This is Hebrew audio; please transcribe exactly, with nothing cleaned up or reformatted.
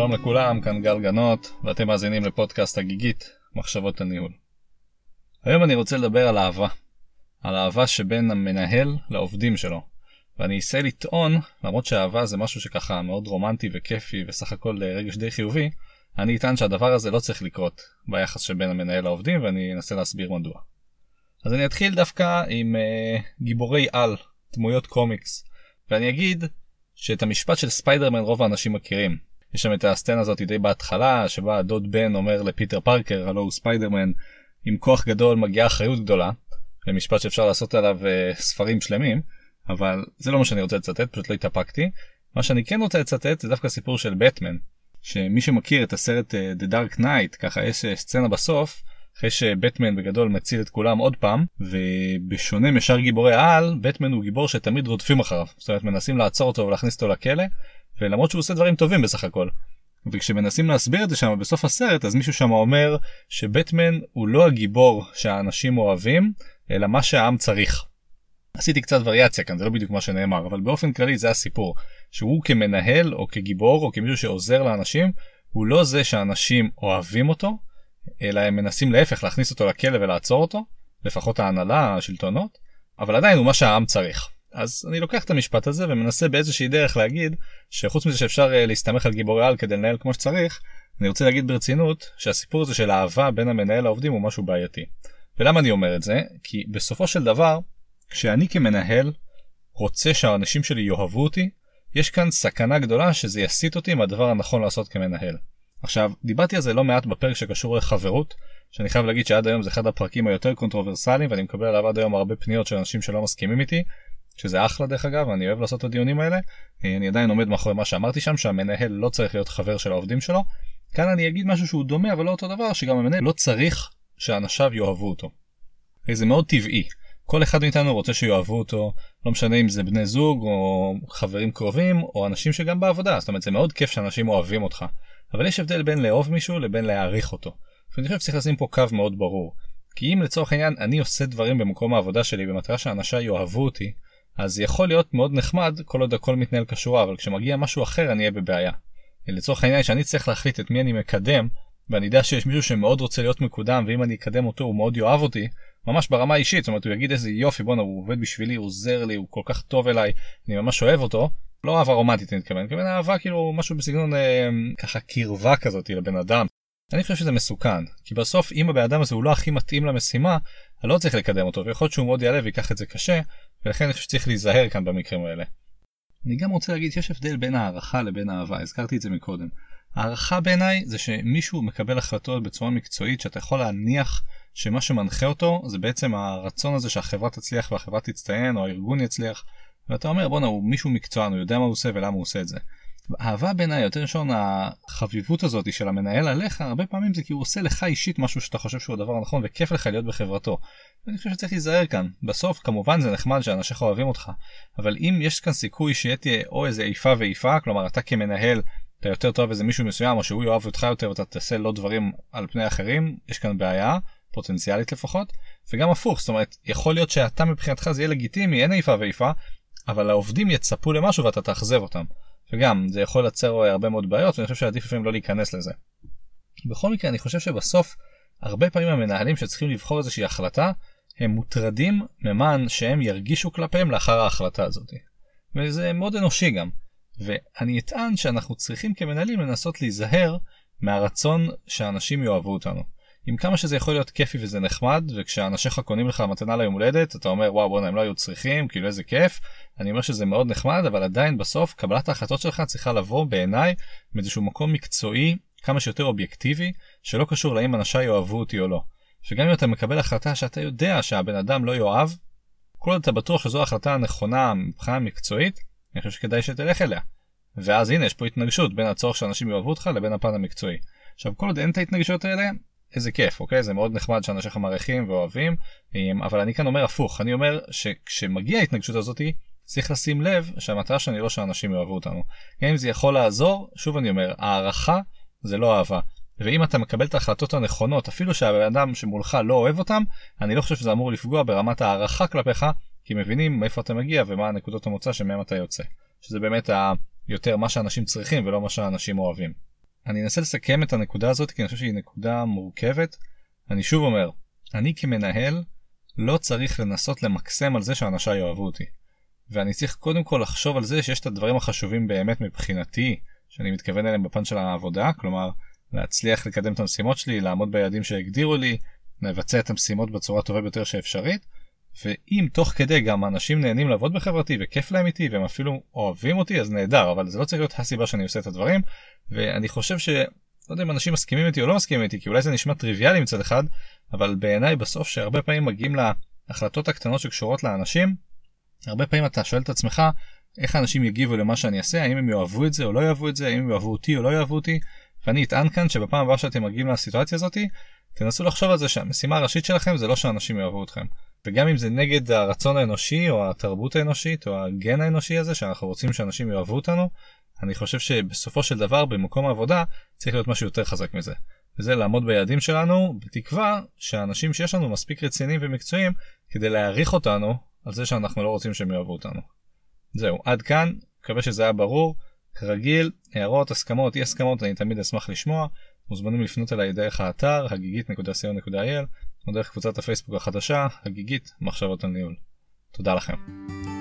שלום לכולם, כאן גל גנות, ואתם מאזינים לפודקאסט הגיגית, מחשבות הניהול. היום אני רוצה לדבר על אהבה. על אהבה שבין המנהל לעובדים שלו. ואני אעשה לטעון, למרות שהאהבה זה משהו שככה מאוד רומנטי וכיפי וסך הכל רגש די חיובי, אני אטען שהדבר הזה לא צריך לקרות ביחס שבין המנהל לעובדים, ואני אנסה להסביר מדוע. אז אני אתחיל דווקא עם uh, גיבורי על, דמויות קומיקס, ואני אגיד שאת המשפט של ספיידרמן רוב האנשים מכירים. יש שם את הסצנה הזאת די בהתחלה, שבה דוד בן אומר לפיטר פארקר, הלו הוא ספיידרמן, עם כוח גדול מגיעה אחריות גדולה, ומשפט שאפשר לעשות עליו uh, ספרים שלמים, אבל זה לא מה שאני רוצה לצטט, פשוט לא התאפקתי. מה שאני כן רוצה לצטט זה דווקא סיפור של בטמן, שמי שמכיר את הסרט uh, The Dark Knight, ככה יש uh, סצנה בסוף, אחרי שבטמן בגדול מציל את כולם עוד פעם, ובשונה משאר גיבורי העל, בטמן הוא גיבור שתמיד רודפים אחריו. זאת אומרת, מנסים לעצור אותו ולהכניס אותו לכלא, ולמרות שהוא עושה דברים טובים בסך הכל. וכשמנסים להסביר את זה שם בסוף הסרט, אז מישהו שם אומר שבטמן הוא לא הגיבור שהאנשים אוהבים, אלא מה שהעם צריך. עשיתי קצת וריאציה כאן, זה לא בדיוק מה שנאמר, אבל באופן כללי זה הסיפור. שהוא כמנהל או כגיבור או כמישהו שעוזר לאנשים, הוא לא זה שאנשים אוהבים אותו, אלא הם מנסים להפך להכניס אותו לכלא ולעצור אותו, לפחות ההנהלה, השלטונות, אבל עדיין הוא מה שהעם צריך. אז אני לוקח את המשפט הזה ומנסה באיזושהי דרך להגיד שחוץ מזה שאפשר להסתמך על גיבורי על כדי לנהל כמו שצריך, אני רוצה להגיד ברצינות שהסיפור הזה של האהבה בין המנהל לעובדים הוא משהו בעייתי. ולמה אני אומר את זה? כי בסופו של דבר, כשאני כמנהל רוצה שהאנשים שלי יאהבו אותי, יש כאן סכנה גדולה שזה יסיט אותי מהדבר הנכון לעשות כמנהל. עכשיו, דיברתי על זה לא מעט בפרק שקשור לחברות, שאני חייב להגיד שעד היום זה אחד הפרקים היותר קונטרוברסליים, ואני מקבל עליו עד היום הרבה פניות של אנשים שלא מסכימים איתי, שזה אחלה דרך אגב, אני אוהב לעשות את הדיונים האלה. אני עדיין עומד מאחורי מה שאמרתי שם, שהמנהל לא צריך להיות חבר של העובדים שלו. כאן אני אגיד משהו שהוא דומה, אבל לא אותו דבר, שגם המנהל לא צריך שאנשיו יאהבו אותו. זה מאוד טבעי. כל אחד מאיתנו רוצה שיאהבו אותו, לא משנה אם זה בני זוג או חברים קרובים או אנשים שגם בעבודה. זאת אומרת, זה מאוד כיף שאנשים אוהבים אותך. אבל יש הבדל בין לאהוב מישהו לבין להעריך אותו. ואני חושב שצריך לשים פה קו מאוד ברור. כי אם לצורך העניין אני עושה דברים במקום העבודה שלי במטרה שאנשי יאהבו אותי, אז יכול להיות מאוד נחמד כל עוד הכל מתנהל כשורה, אבל כשמגיע משהו אחר אני אהיה בבעיה. לצורך העניין שאני צריך להחליט את מי אני מקדם, ואני יודע שיש מישהו שמאוד רוצה להיות מקודם, ואם אני אקדם אותו הוא מאוד יאהב אותי, ממש ברמה אישית. זאת אומרת, הוא יגיד איזה יופי, בונה, הוא עובד בשבילי, הוא עוזר לי, הוא כל כך טוב אליי, אני ממש אוהב אותו. לא אהבה רומנטית אני מתכוון, כמובן אהבה כאילו משהו בסגנון אה, ככה קרבה כזאת לבן אדם. אני חושב שזה מסוכן, כי בסוף אם הבן אדם הזה הוא לא הכי מתאים למשימה, אני לא צריך לקדם אותו, ויכול להיות שהוא מאוד יעלה ויקח את זה קשה, ולכן אני חושב שצריך להיזהר כאן במקרים האלה. אני גם רוצה להגיד שיש הבדל בין הערכה לבין אהבה, הזכרתי את זה מקודם. הערכה בעיניי זה שמישהו מקבל החלטות בצורה מקצועית, שאתה יכול להניח שמה שמנחה אותו זה בעצם הרצון הזה שהחברה תצליח והחברה תצטיין, או הארגון יצליח, ואתה אומר, בוא נה, הוא מישהו מקצוען, הוא יודע מה הוא עושה ולמה הוא עושה את זה. האהבה בעיניי, יותר ראשון, החביבות הזאת של המנהל עליך, הרבה פעמים זה כי הוא עושה לך אישית משהו שאתה חושב שהוא הדבר הנכון, וכיף לך להיות בחברתו. ואני חושב שצריך להיזהר כאן. בסוף, כמובן, זה נחמד שאנשיך אוהבים אותך, אבל אם יש כאן סיכוי שתהיה או איזה איפה ואיפה, כלומר, אתה כמנהל, אתה יותר טוב איזה מישהו מסוים, או שהוא יאהב אותך יותר, ואתה תעשה לא דברים על פני אחרים, יש כאן בעיה, פוטנציאלית לפחות, וגם הפוך. זאת אומרת, יכול להיות שאתה מבחינתך זה יהיה לגיטימי, אין איפה ואיפה, אבל העובדים יצפו למשהו ואתה תאכזב אותם. וגם, זה יכול לצר הרבה מאוד בעיות, ואני חושב שעדיף לפעמים לא להיכנס לזה. בכל מקרה, אני חושב שבסוף, הרבה פעמים המנהלים שצריכים לבחור איזושהי החלטה, הם מוטרדים ממען שהם ירגישו כלפיהם לאחר ההחלטה הזאת. וזה מאוד אנושי גם. ואני אטען שאנחנו צריכים כמנהלים לנסות להיזהר מהרצון שאנשים יאהבו אותנו. עם כמה שזה יכול להיות כיפי וזה נחמד, וכשאנשיך קונים לך מתנה ליום הולדת, אתה אומר, וואו, בוא, הם לא היו צריכים, כאילו איזה כיף. אני אומר שזה מאוד נחמד, אבל עדיין בסוף, קבלת ההחלטות שלך צריכה לבוא בעיניי, מאיזשהו מקום מקצועי, כמה שיותר אובייקטיבי, שלא קשור לאם אנשי יאהבו אותי או לא. שגם אם אתה מקבל החלטה שאתה יודע שהבן אדם לא יאהב, כל עוד אתה בטוח שזו ההחלטה הנכונה מבחינה מקצועית, אני חושב שכדאי שתלך אליה. ואז הנה, יש פה התנגשות בין הצורך שאנשים יאהבו אותך לבין הפן המקצועי. עכשיו, כל עוד אין את ההתנגשויות האלה, איזה כיף, אוקיי? זה מאוד נחמד שאנשיך מעריכים ואוהבים, אבל אני כאן אומר הפוך. אני אומר שכשמגיע ההתנגשות הזאת, צריך לשים לב שהמטרה שאני לא שאנשים יאהבו אותנו. גם אם זה יכול לעזור, שוב אני אומר, הערכה זה לא אהבה. ואם אתה מקבל את ההחלטות הנכונות, אפילו שהבן אדם שמולך לא אוהב אותם, אני לא חושב שזה אמור לפגוע ברמת הערכה כלפיך, כי מבינים מאיפה אתה מגיע ומה הנקודות המוצא שמהם אתה יוצא. שזה באמת יותר מה שאנשים צריכים ולא מה שאנשים אוהבים. אני אנסה לסכם את הנקודה הזאת, כי אני חושב שהיא נקודה מורכבת. אני שוב אומר, אני כמנהל לא צריך לנסות למקסם על זה שאנשיי יאהבו אותי. ואני צריך קודם כל לחשוב על זה שיש את הדברים החשובים באמת מבחינתי, שאני מתכוון אליהם בפן של העבודה, כלומר, להצליח לקדם את המשימות שלי, לעמוד ביעדים שהגדירו לי, לבצע את המשימות בצורה טובה ביותר שאפשרית, ואם תוך כדי גם אנשים נהנים לעבוד בחברתי וכיף להם איתי והם אפילו אוהבים אותי, אז נהדר, אבל זה לא צריך להיות הסיבה שאני עושה את הדברים. ואני חושב ש... לא יודע אם אנשים מסכימים איתי או לא מסכימים איתי, כי אולי זה נשמע טריוויאלי מצד אחד, אבל בעיניי בסוף שהרבה פעמים מגיעים להחלטות הקטנות שקשורות לאנשים, הרבה פעמים אתה שואל את עצמך איך האנשים יגיבו למה שאני אעשה, האם הם יאהבו את זה או לא יאהבו את זה, האם הם יאהבו אותי או לא יאהבו אותי. ואני אטען כאן שבפעם הבאה שאתם מגיעים לסיטואציה הזאת, תנסו לחשוב על זה שהמשימה הראשית שלכם זה לא שאנשים יאהבו אתכם. וגם אם זה נגד הרצון האנושי או התרבות האנושית או הגן האנושי הזה שאנחנו רוצים שאנשים יאהבו אותנו, אני חושב שבסופו של דבר במקום העבודה צריך להיות משהו יותר חזק מזה. וזה לעמוד ביעדים שלנו בתקווה שהאנשים שיש לנו מספיק רציניים ומקצועיים כדי להעריך אותנו על זה שאנחנו לא רוצים שהם יאהבו אותנו. זהו, עד כאן, מקווה שזה היה ברור. כרגיל, הערות, הסכמות, אי הסכמות, אני תמיד אשמח לשמוע. מוזמנים לפנות אליי דרך האתר הגיגית נקודה סי או נקודה איי אל או דרך קבוצת הפייסבוק החדשה, הגיגית מחשבות על ניהול. תודה לכם.